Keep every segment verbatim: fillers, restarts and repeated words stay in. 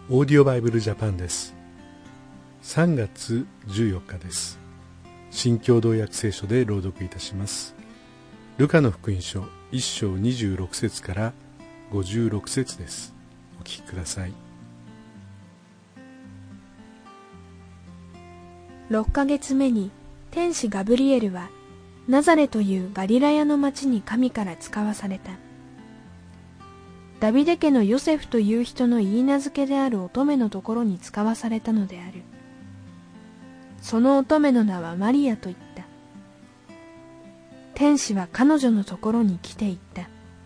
オーディオバイブルジャパンです。さんがつじゅうよっかです。新共同訳聖書で朗読いたします。ルカの福音書いっ章にじゅうろく節からごじゅうろく節です。お聞きください。 ろっかげつめに天使ガブリエルはナザレというガリラヤの町に神から使わされた。ダビデ家のヨセフという人の言い名付けである乙女のところに使わされたのである。その乙女の名はマリアと言った。天使は彼女のところに来て言った。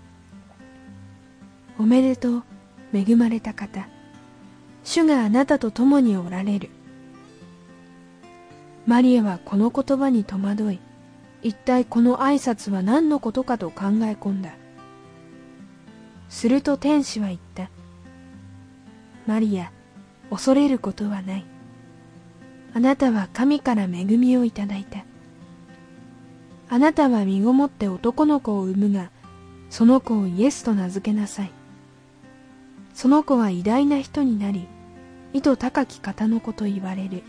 おめでとう、恵まれた方。主があなたと共におられる。マリアはこの言葉に戸惑い、一体この挨拶は何のことかと考え込んだ。すると天使は言った。マリア、恐れることはない。あなたは神から恵みをいただいた。あなたは身ごもって男の子を産むが、その子をイエスと名付けなさい。その子は偉大な人になり、意図高き方の子と言われる。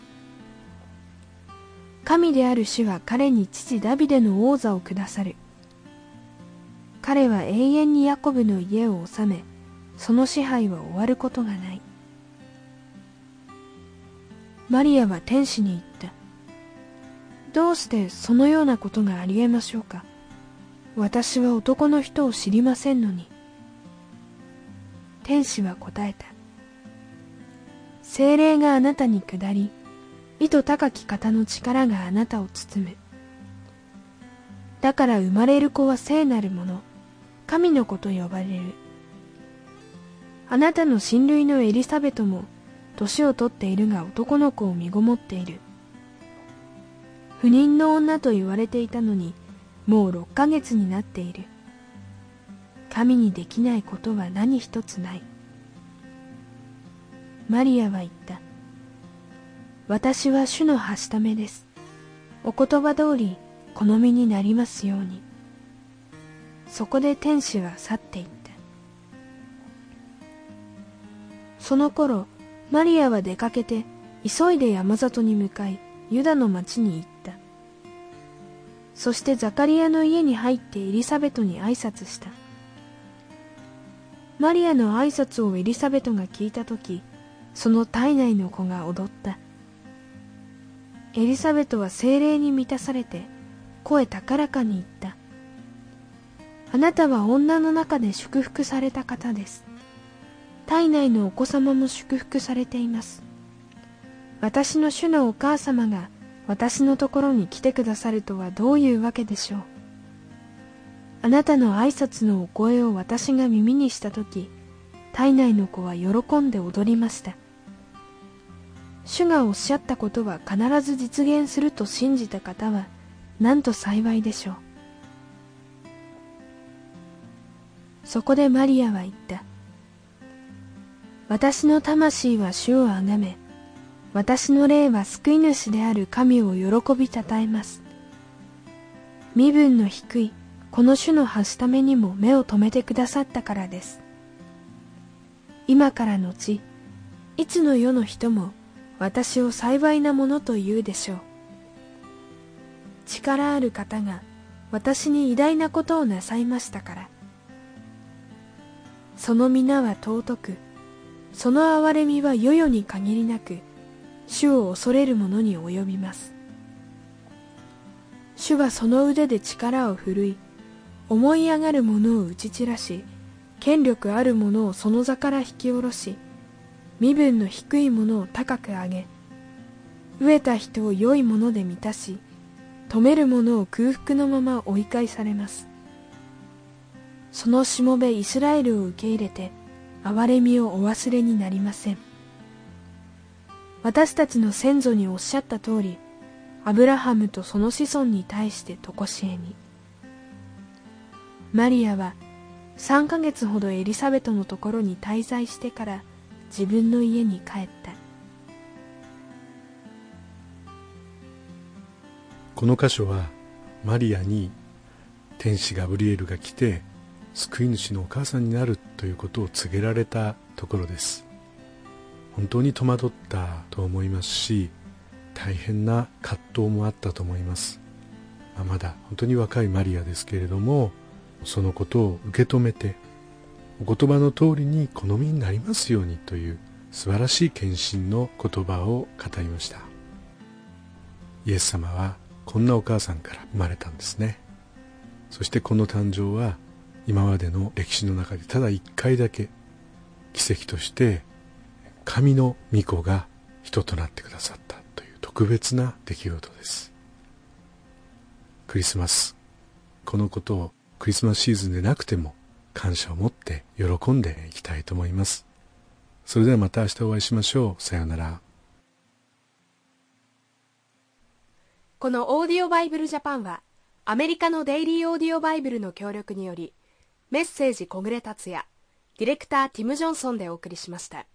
神である主は彼に父ダビデの王座を下さる。彼は永遠にヤコブの家を治め、その支配は終わることがない。マリアは天使に言った。どうしてそのようなことがありえましょうか。私は男の人を知りませんのに。天使は答えた。聖霊があなたに下り、意図高き方の力があなたを包む。だから生まれる子は聖なるもの、神の子と呼ばれる。あなたの親類のエリサベトも年を取っているが男の子を身ごもっている。不妊の女と言われていたのにもうろっかげつになっている。神にできないことは何一つない。マリアは言った。私は主のはしためです。お言葉通り好みになりますように。そこで天使は去っていった。その頃、マリアは出かけて、急いで山里に向かい、ユダの町に行った。そしてザカリアの家に入ってエリザベトに挨拶した。マリアの挨拶をエリザベトが聞いたとき、その体内の子が踊った。エリザベトは聖霊に満たされて、声高らかに言った。あなたは女の中で祝福された方です。体内のお子様も祝福されています。私の主のお母様が私のところに来てくださるとはどういうわけでしょう。あなたの挨拶のお声を私が耳にしたとき、体内の子は喜んで踊りました。主がおっしゃったことは必ず実現すると信じた方は、なんと幸いでしょう。そこでマリアは言った。私の魂は主をあがめ、私の霊は救い主である神を喜びたたえます。身分の低いこの主のはしためにも目を留めてくださったからです。今からのち、いつの世の人も私を幸いなものと言うでしょう。力ある方が私に偉大なことをなさいましたから。その皆は尊く、その憐れみは世々に限りなく、主を恐れる者に及びます。主はその腕で力を振るい、思い上がる者を打ち散らし、権力ある者をその座から引き下ろし、身分の低い者を高く上げ、飢えた人を良いもので満たし、富める者を空腹のまま追い返されます。そのしもべイスラエルを受け入れて、憐れみをお忘れになりません。私たちの先祖におっしゃった通り、アブラハムとその子孫に対してとこしえに。マリアはさんかげつほどエリザベトのところに滞在してから自分の家に帰った。 この箇所はマリアに天使ガブリエルが来て救い主のお母さんになるということを告げられたところです。 本当に戸惑ったと思いますし、大変な葛藤もあったと思います。まあ、まだ本当に若いマリアですけれども、そのことを受け止めて、お言葉の通りに好みになりますようにという素晴らしい献身の言葉を語りました。イエス様はこんなお母さんから生まれたんですね。そしてこの誕生は今までの歴史の中でただ一回だけ奇跡として神の御子が人となってくださったという特別な出来事です。クリスマス、このことをクリスマスシーズンでなくても感謝を持って喜んでいきたいと思います。それではまた明日お会いしましょう。さようなら。 このオーディオバイブルジャパンはアメリカのデイリーオーディオバイブルの協力によりメッセージ小暮達也、ディレクターティム・ジョンソンでお送りしました。